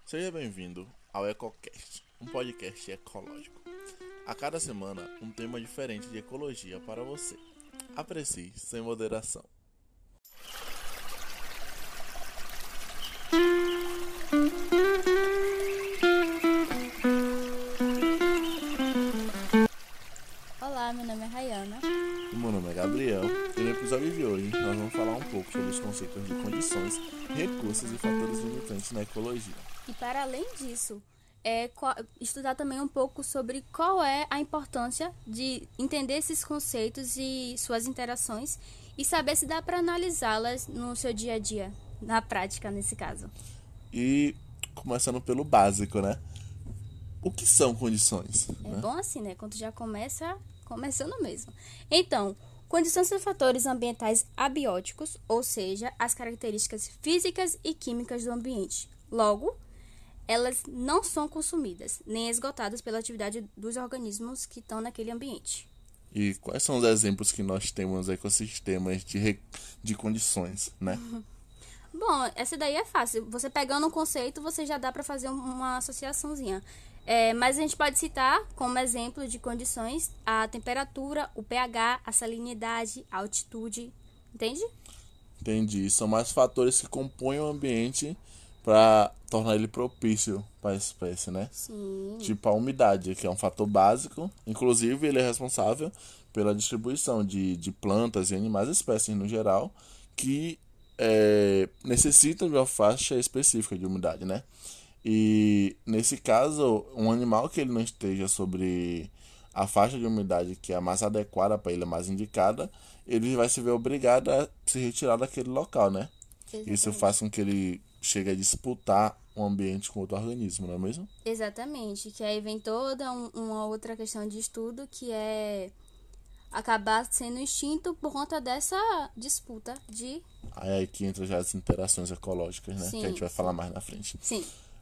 Seja bem-vindo ao EcoCast, um podcast ecológico. A cada semana, um tema diferente de ecologia para você. Aprecie sem moderação. Olá, meu nome é Rayana. O meu nome é Gabriel e no episódio de hoje nós vamos falar um pouco sobre os conceitos de condições, recursos e fatores limitantes na ecologia. E para além disso, estudar também um pouco sobre qual é a importância de entender esses conceitos e suas interações e saber se dá para analisá-las no seu dia a dia, na prática nesse caso. E começando pelo básico, né? O que são condições? É bom assim, né? Quando já começando mesmo. Então, condições são fatores ambientais abióticos, ou seja, as características físicas e químicas do ambiente. Logo, elas não são consumidas, nem esgotadas pela atividade dos organismos que estão naquele ambiente. E quais são os exemplos que nós temos nos ecossistemas de condições, né? Bom, essa daí é fácil. Você pegando um conceito, você já dá para fazer uma associaçãozinha. Mas a gente pode citar como exemplo de condições a temperatura, o pH, a salinidade, a altitude. Entende? Entendi. São mais fatores que compõem o ambiente para tornar ele propício para a espécie, né? Sim. Tipo a umidade, que é um fator básico. Inclusive, ele é responsável pela distribuição de plantas e animais, espécies no geral, que necessitam de uma faixa específica de umidade, né? E nesse caso, um animal que ele não esteja sobre a faixa de umidade que é a mais adequada para ele, a mais indicada, ele vai se ver obrigado a se retirar daquele local, né? Exatamente. Isso faz com que ele chegue a disputar o ambiente com outro organismo, não é mesmo? Exatamente, que aí vem toda uma outra questão de estudo que é acabar sendo extinto por conta dessa disputa de... Aí que entra já as interações ecológicas, né? Sim, Que a gente vai falar mais na frente. Sim.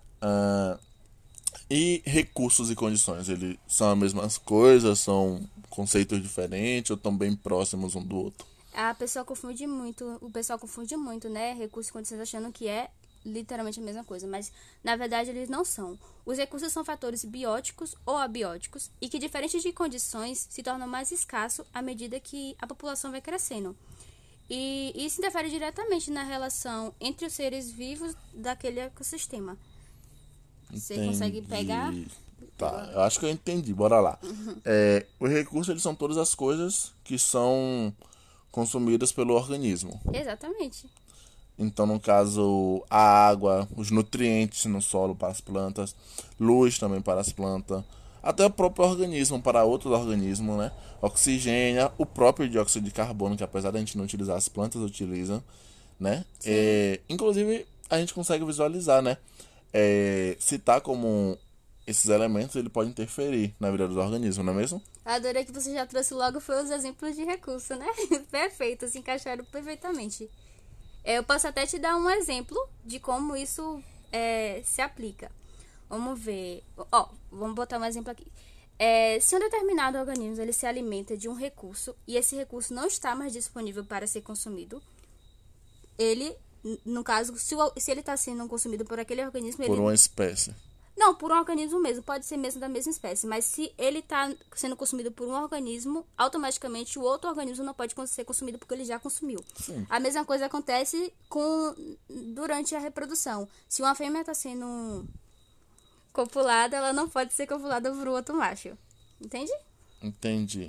E recursos e condições, eles são as mesmas coisas, são conceitos diferentes ou estão bem próximos um do outro? O pessoal confunde muito, né? Recursos e condições achando que é literalmente a mesma coisa, mas na verdade eles não são. Os recursos são fatores bióticos ou abióticos e que, diferente de condições, se tornam mais escassos à medida que a população vai crescendo. E isso interfere diretamente na relação entre os seres vivos daquele ecossistema. Você consegue pegar? Tá, eu acho que eu entendi, bora lá. Os recursos, eles são todas as coisas que são consumidas pelo organismo. Exatamente. Então, no caso, a água, os nutrientes no solo para as plantas, luz também para as plantas, até o próprio organismo para outros organismos, né? Oxigênio, o próprio dióxido de carbono, que apesar da gente não utilizar, as plantas utilizam, né? Inclusive, a gente consegue visualizar, né? Citar como esses elementos ele pode interferir na vida dos organismos, não é mesmo? Adorei que você já trouxe logo foi os exemplos de recurso, né? Perfeito, se encaixaram perfeitamente. Eu posso até te dar um exemplo de como isso se aplica. Vamos ver. Vamos botar um exemplo aqui. Se um determinado organismo ele se alimenta de um recurso e esse recurso não está mais disponível para ser consumido, ele, no caso, se ele está sendo consumido por aquele organismo... Por uma espécie. Não, por um organismo mesmo. Pode ser mesmo da mesma espécie. Mas se ele está sendo consumido por um organismo, automaticamente o outro organismo não pode ser consumido porque ele já consumiu. Sim. A mesma coisa acontece durante a reprodução. Se uma fêmea está sendo copulada, ela não pode ser copulada por outro macho. Entende? Entendi.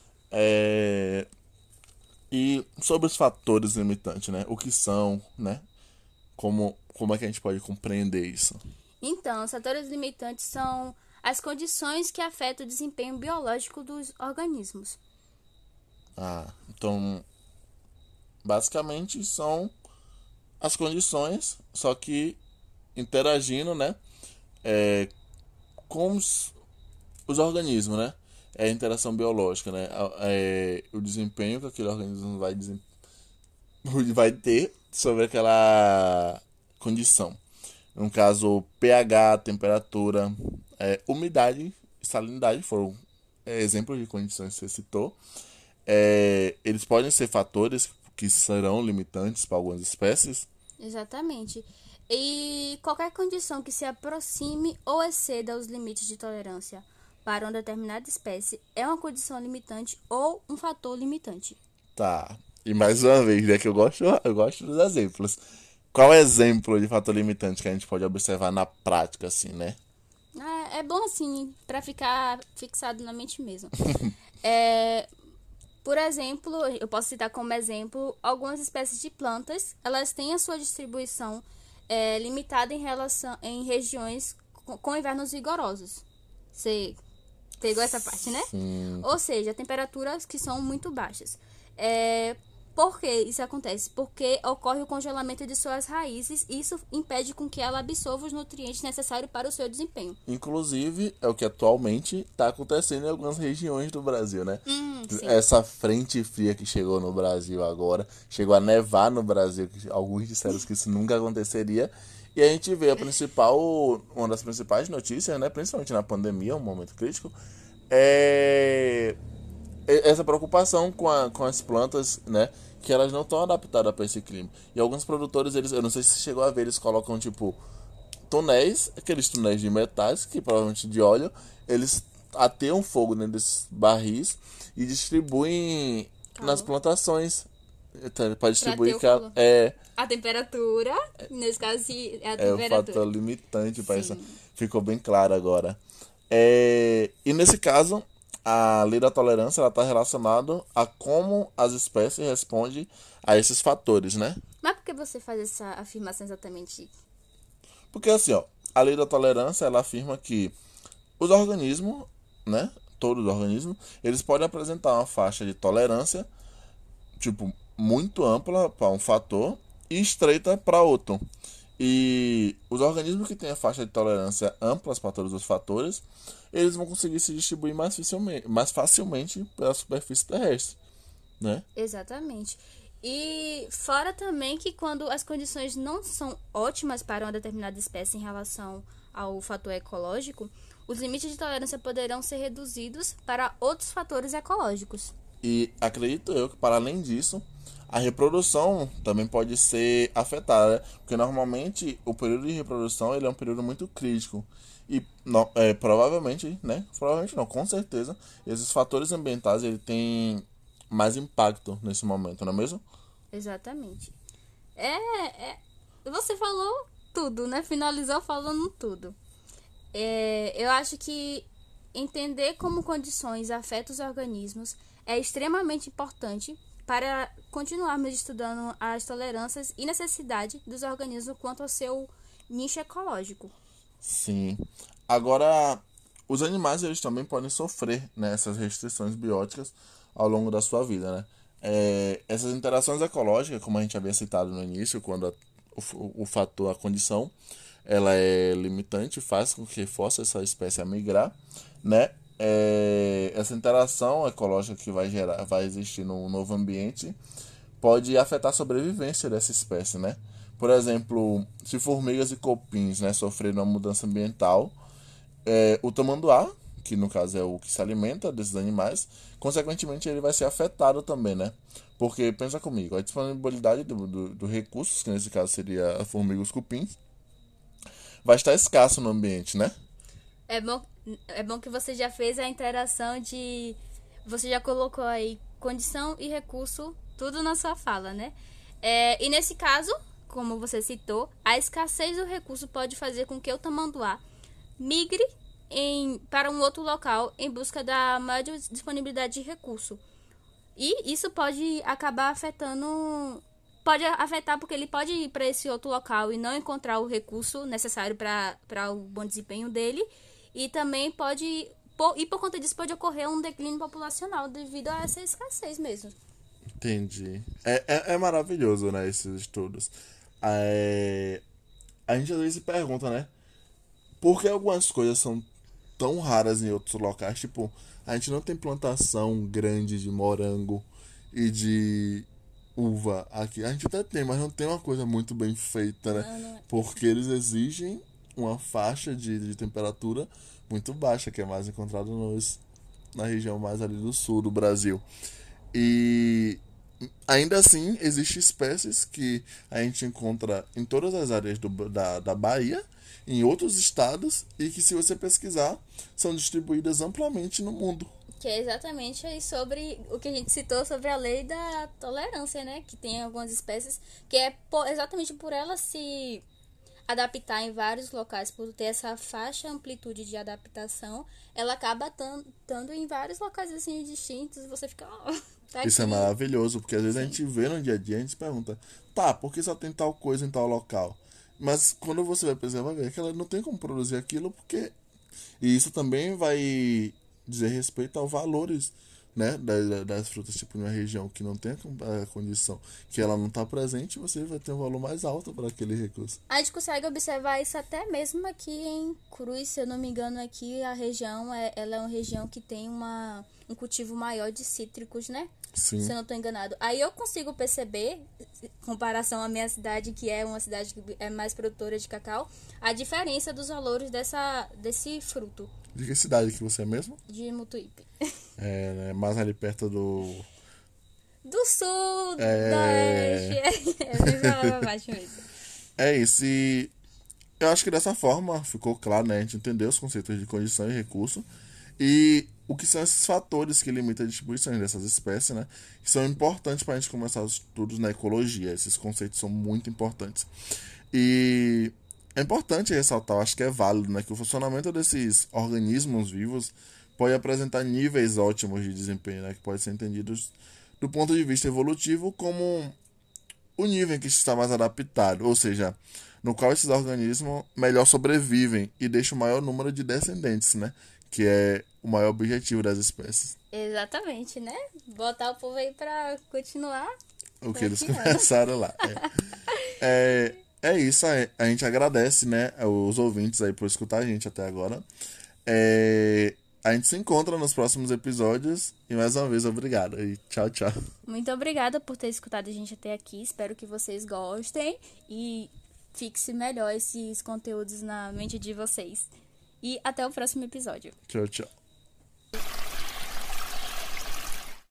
E sobre os fatores limitantes, né? O que são, né? Como é que a gente pode compreender isso? Então, os fatores limitantes são as condições que afetam o desempenho biológico dos organismos. Então, basicamente são as condições, só que interagindo, né? Com os organismos, né? É a interação biológica, né? O desempenho que aquele organismo vai ter sobre aquela condição. No caso, pH, temperatura, umidade e salinidade foram exemplos de condições que você citou. Eles podem ser fatores que serão limitantes para algumas espécies. Exatamente. E qualquer condição que se aproxime ou exceda os limites de tolerância para uma determinada espécie é uma condição limitante ou um fator limitante. Tá. E mais uma vez, né, que eu gosto dos exemplos. Qual é o exemplo de fator limitante que a gente pode observar na prática, assim, né? É bom assim, para ficar fixado na mente mesmo. É, por exemplo, eu posso citar como exemplo algumas espécies de plantas, elas têm a sua distribuição limitada em regiões com invernos rigorosos. Você pegou essa parte, né? Sim. Ou seja, temperaturas que são muito baixas. Por que isso acontece? Porque ocorre o congelamento de suas raízes e isso impede com que ela absorva os nutrientes necessários para o seu desempenho. Inclusive, é o que atualmente está acontecendo em algumas regiões do Brasil, né? Sim. Essa frente fria que chegou no Brasil agora, chegou a nevar no Brasil, que alguns disseram que isso nunca aconteceria. E a gente vê uma das principais notícias, né? Principalmente na pandemia, um momento crítico, é essa preocupação com as plantas, né? Que elas não estão adaptadas para esse clima. E alguns produtores, eu não sei se você chegou a ver, eles colocam tipo tonéis, aqueles tonéis de metais, que provavelmente de óleo, eles ateiam fogo dentro desses barris e distribuem nas Calor. plantações. Então, para Para ter distribuir o que calor. é, A temperatura, nesse caso, é a é o temperatura. fator limitante para isso. Sim. Ficou bem claro agora. E nesse caso, a lei da tolerância está relacionada a como as espécies respondem a esses fatores, né? Mas por que você faz essa afirmação exatamente? Porque assim, ó, a lei da tolerância ela afirma que os organismos, né, todos os organismos, eles podem apresentar uma faixa de tolerância, tipo, muito ampla para um fator e estreita para outro. E os organismos que têm a faixa de tolerância amplas para todos os fatores, eles vão conseguir se distribuir mais facilmente pela superfície terrestre, né? Exatamente. E fora também que quando as condições não são ótimas para uma determinada espécie em relação ao fator ecológico, os limites de tolerância poderão ser reduzidos para outros fatores ecológicos. E acredito eu que, para além disso, a reprodução também pode ser afetada, né? Porque normalmente o período de reprodução ele é um período muito crítico. E provavelmente, né? Provavelmente não, com certeza, esses fatores ambientais ele tem mais impacto nesse momento, não é mesmo? Exatamente. Você falou tudo, né? Finalizou falando tudo. Eu acho que entender como condições afetam os organismos é extremamente importante para continuarmos estudando as tolerâncias e necessidade dos organismos quanto ao seu nicho ecológico. Sim. Agora, os animais eles também podem sofrer, né, essas restrições bióticas ao longo da sua vida, né? Essas interações ecológicas, como a gente havia citado no início, quando o fator, a condição, ela é limitante, faz com que force essa espécie a migrar, né? Essa interação ecológica que vai existir no novo ambiente pode afetar a sobrevivência dessa espécie, né? Por exemplo, se formigas e cupins, né, sofrerem uma mudança ambiental, o tamanduá, que no caso é o que se alimenta desses animais, consequentemente ele vai ser afetado também, né? Porque, pensa comigo, a disponibilidade do recursos, que nesse caso seria a formiga e os cupins, vai estar escasso no ambiente, né? É bom, é bom que você já fez a interação de. Você já colocou aí condição e recurso, tudo na sua fala, né? E nesse caso, como você citou, a escassez do recurso pode fazer com que o tamanduá migre para um outro local em busca da maior disponibilidade de recurso. E isso pode acabar afetando. Pode afetar porque ele pode ir para esse outro local e não encontrar o recurso necessário para o bom desempenho dele. E também por conta disso, pode ocorrer um declínio populacional devido a essa escassez mesmo. Entendi. É maravilhoso, né, esses estudos. É, a gente às vezes se pergunta, né? Por que algumas coisas são tão raras em outros locais? Tipo, a gente não tem plantação grande de morango e de uva aqui. A gente até tem, mas não tem uma coisa muito bem feita, né? Não, não é. Porque eles exigem uma faixa de temperatura muito baixa, que é mais encontrada na região mais ali do sul do Brasil. E ainda assim, existem espécies que a gente encontra em todas as áreas da Bahia, em outros estados, e que, se você pesquisar, são distribuídas amplamente no mundo. Que é exatamente aí sobre o que a gente citou sobre a lei da tolerância, né? Que tem algumas espécies que é exatamente por elas se adaptar em vários locais, por ter essa faixa amplitude de adaptação, ela acaba estando em vários locais assim distintos, e você fica, tá Isso é aqui. maravilhoso, porque às vezes a Sim. gente vê no dia a dia, a gente se pergunta, tá, por que só tem tal coisa em tal local? Mas quando você vai pesquisar, vai ver que ela não tem como produzir aquilo, porque... E isso também vai dizer respeito aos valores, né, das frutas, tipo, numa região que não tem a condição, que ela não está presente, você vai ter um valor mais alto para aquele recurso. A gente consegue observar isso até mesmo aqui em Cruz, se eu não me engano, aqui a região, ela é uma região que tem um cultivo maior de cítricos, né? Sim. Se eu não estou enganado. Aí eu consigo perceber, em comparação à minha cidade, que é uma cidade que é mais produtora de cacau, a diferença dos valores desse fruto. De que cidade que você é mesmo? De Mutuípe. É, né, mais ali perto do... Do sul, da É... oeste. É bem pra baixo mesmo. É isso, e eu acho que dessa forma ficou claro, né? A gente entendeu os conceitos de condição e recurso e o que são esses fatores que limitam a distribuição dessas espécies, né? Que são importantes para a gente começar os estudos na ecologia. Esses conceitos são muito importantes. E é importante ressaltar, eu acho que é válido, né? Que o funcionamento desses organismos vivos pode apresentar níveis ótimos de desempenho, né? Que podem ser entendidos do ponto de vista evolutivo como o nível em que está mais adaptado, ou seja, no qual esses organismos melhor sobrevivem e deixam o maior número de descendentes, né? Que é o maior objetivo das espécies. Exatamente, né? Botar o povo aí pra continuar O que eles criando. começaram lá. É isso, a gente agradece, né, os ouvintes aí por escutar a gente até agora. A gente se encontra nos próximos episódios e mais uma vez obrigado e tchau, tchau. Muito obrigada por ter escutado a gente até aqui. Espero que vocês gostem e fixe melhor esses conteúdos na mente de vocês. E até o próximo episódio. Tchau, tchau.